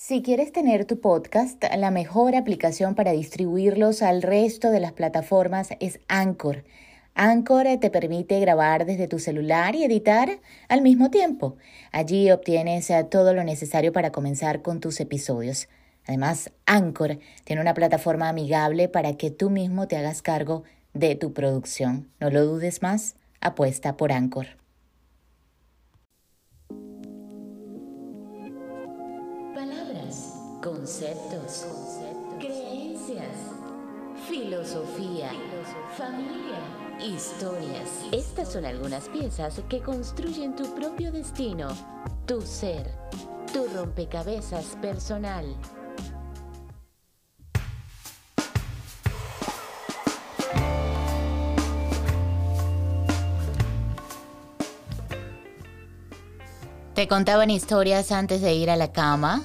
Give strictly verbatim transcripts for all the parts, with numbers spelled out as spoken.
Si quieres tener tu podcast, la mejor aplicación para distribuirlos al resto de las plataformas es Anchor. Anchor te permite grabar desde tu celular y editar al mismo tiempo. Allí obtienes todo lo necesario para comenzar con tus episodios. Además, Anchor tiene una plataforma amigable para que tú mismo te hagas cargo de tu producción. No lo dudes más, apuesta por Anchor. Palabras, conceptos, creencias, filosofía, familia, historias. Estas son algunas piezas que construyen tu propio destino, tu ser, tu rompecabezas personal. ¿Te contaban historias antes de ir a la cama?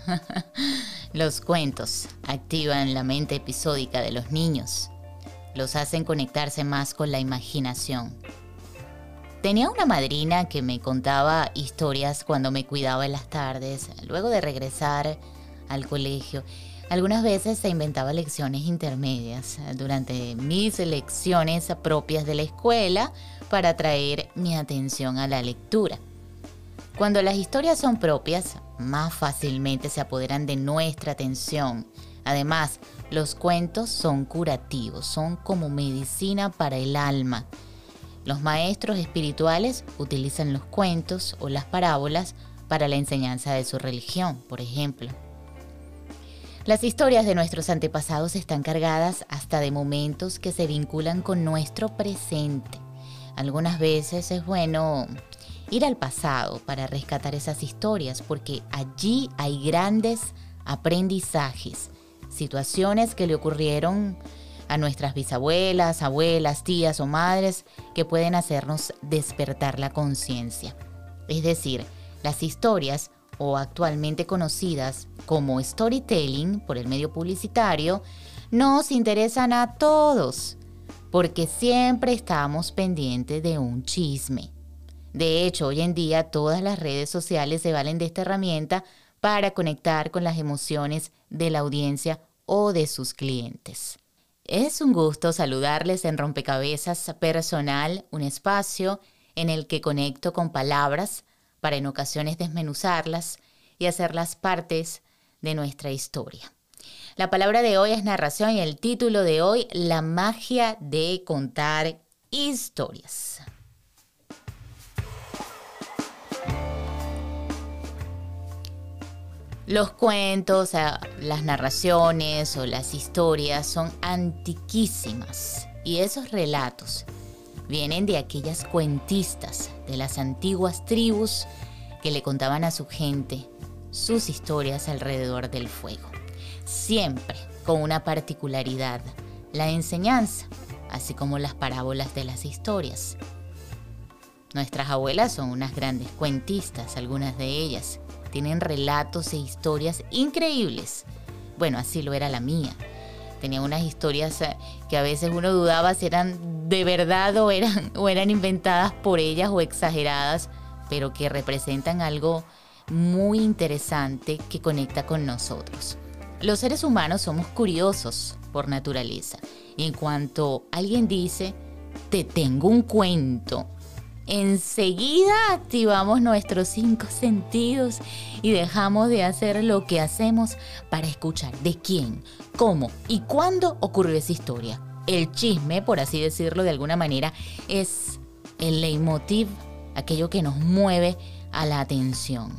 Los cuentos activan la mente episódica de los niños. Los hacen conectarse más con la imaginación. Tenía una madrina que me contaba historias cuando me cuidaba en las tardes, luego de regresar al colegio. Algunas veces se inventaba lecciones intermedias durante mis lecciones propias de la escuela para atraer mi atención a la lectura. Cuando las historias son propias, más fácilmente se apoderan de nuestra atención. Además, los cuentos son curativos, son como medicina para el alma. Los maestros espirituales utilizan los cuentos o las parábolas para la enseñanza de su religión, por ejemplo. Las historias de nuestros antepasados están cargadas hasta de momentos que se vinculan con nuestro presente. Algunas veces es bueno ir al pasado para rescatar esas historias, porque allí hay grandes aprendizajes, situaciones que le ocurrieron a nuestras bisabuelas, abuelas, tías o madres que pueden hacernos despertar la conciencia. Es decir, las historias, o actualmente conocidas como storytelling por el medio publicitario, nos interesan a todos, porque siempre estamos pendientes de un chisme. De hecho, hoy en día todas las redes sociales se valen de esta herramienta para conectar con las emociones de la audiencia o de sus clientes. Es un gusto saludarles en Rompecabezas Personal, un espacio en el que conecto con palabras para en ocasiones desmenuzarlas y hacerlas partes de nuestra historia. La palabra de hoy es narración y el título de hoy, la magia de contar historias. Los cuentos, las narraciones o las historias son antiquísimas y esos relatos vienen de aquellas cuentistas de las antiguas tribus que le contaban a su gente sus historias alrededor del fuego. Siempre con una particularidad, la enseñanza, así como las parábolas de las historias. Nuestras abuelas son unas grandes cuentistas, algunas de ellas. Tienen relatos e historias increíbles. Bueno, así lo era la mía. Tenía unas historias que a veces uno dudaba si eran de verdad o eran, o eran inventadas por ellas o exageradas, pero que representan algo muy interesante que conecta con nosotros. Los seres humanos somos curiosos por naturaleza. Y en cuanto alguien dice, te tengo un cuento, enseguida activamos nuestros cinco sentidos y dejamos de hacer lo que hacemos para escuchar de quién, cómo y cuándo ocurrió esa historia. El chisme, por así decirlo de alguna manera, es el leitmotiv, aquello que nos mueve a la atención.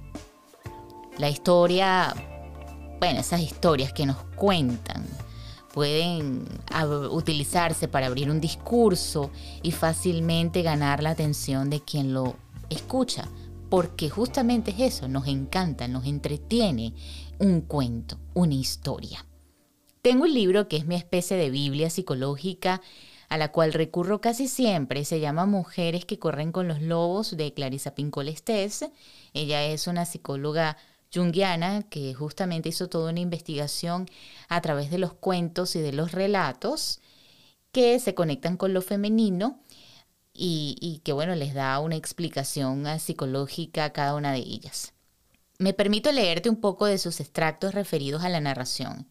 La historia, bueno, esas historias que nos cuentan, pueden utilizarse para abrir un discurso y fácilmente ganar la atención de quien lo escucha, porque justamente es eso, nos encanta, nos entretiene un cuento, una historia. Tengo un libro que es mi especie de Biblia psicológica a la cual recurro casi siempre, se llama Mujeres que corren con los lobos, de Clarissa Pinkola Estés. Ella es una psicóloga junguiana que justamente hizo toda una investigación a través de los cuentos y de los relatos que se conectan con lo femenino y, y que bueno, les da una explicación psicológica a cada una de ellas. Me permito leerte un poco de sus extractos referidos a la narración.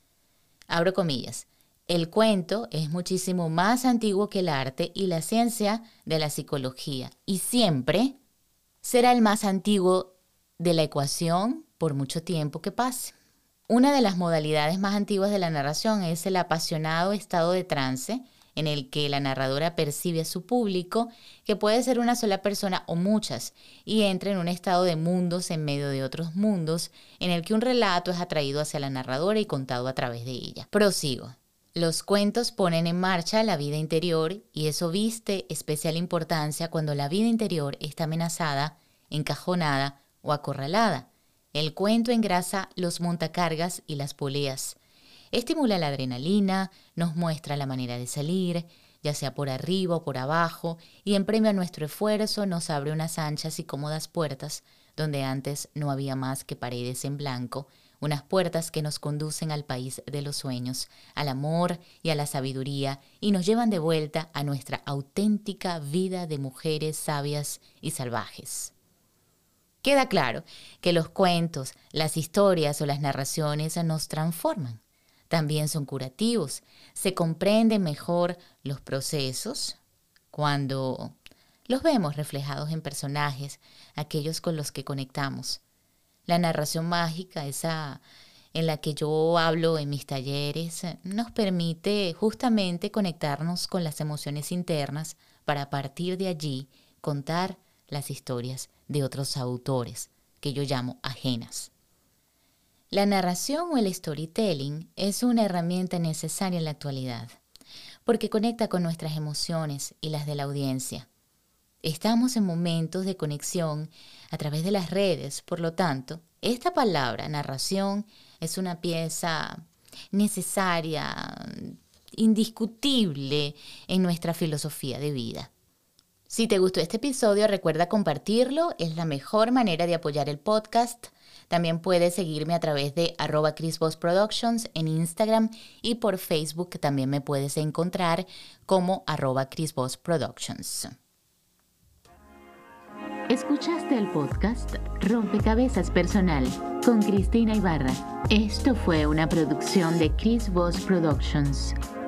Abro comillas. El cuento es muchísimo más antiguo que el arte y la ciencia de la psicología y siempre será el más antiguo de la ecuación por mucho tiempo que pase. Una de las modalidades más antiguas de la narración es el apasionado estado de trance en el que la narradora percibe a su público, que puede ser una sola persona o muchas, y entra en un estado de mundos en medio de otros mundos, en el que un relato es atraído hacia la narradora y contado a través de ella. Prosigo. Los cuentos ponen en marcha la vida interior y eso viste especial importancia cuando la vida interior está amenazada, encajonada o acorralada. El cuento engrasa los montacargas y las poleas. Estimula la adrenalina, nos muestra la manera de salir, ya sea por arriba o por abajo, y en premio a nuestro esfuerzo nos abre unas anchas y cómodas puertas donde antes no había más que paredes en blanco, unas puertas que nos conducen al país de los sueños, al amor y a la sabiduría, y nos llevan de vuelta a nuestra auténtica vida de mujeres sabias y salvajes. Queda claro que los cuentos, las historias o las narraciones nos transforman. También son curativos. Se comprenden mejor los procesos cuando los vemos reflejados en personajes, aquellos con los que conectamos. La narración mágica, esa en la que yo hablo en mis talleres, nos permite justamente conectarnos con las emociones internas para a partir de allí contar las historias de otros autores, que yo llamo ajenas. La narración o el storytelling es una herramienta necesaria en la actualidad, porque conecta con nuestras emociones y las de la audiencia. Estamos en momentos de conexión a través de las redes, por lo tanto, esta palabra, narración, es una pieza necesaria, indiscutible en nuestra filosofía de vida. Si te gustó este episodio, recuerda compartirlo, es la mejor manera de apoyar el podcast. También puedes seguirme a través de arroba Chris Voss Productions en Instagram y por Facebook también me puedes encontrar como arroba Chris Voss Productions. Escuchaste el podcast Rompecabezas Personal con Cristina Ibarra. Esto fue una producción de Chris Voss Productions.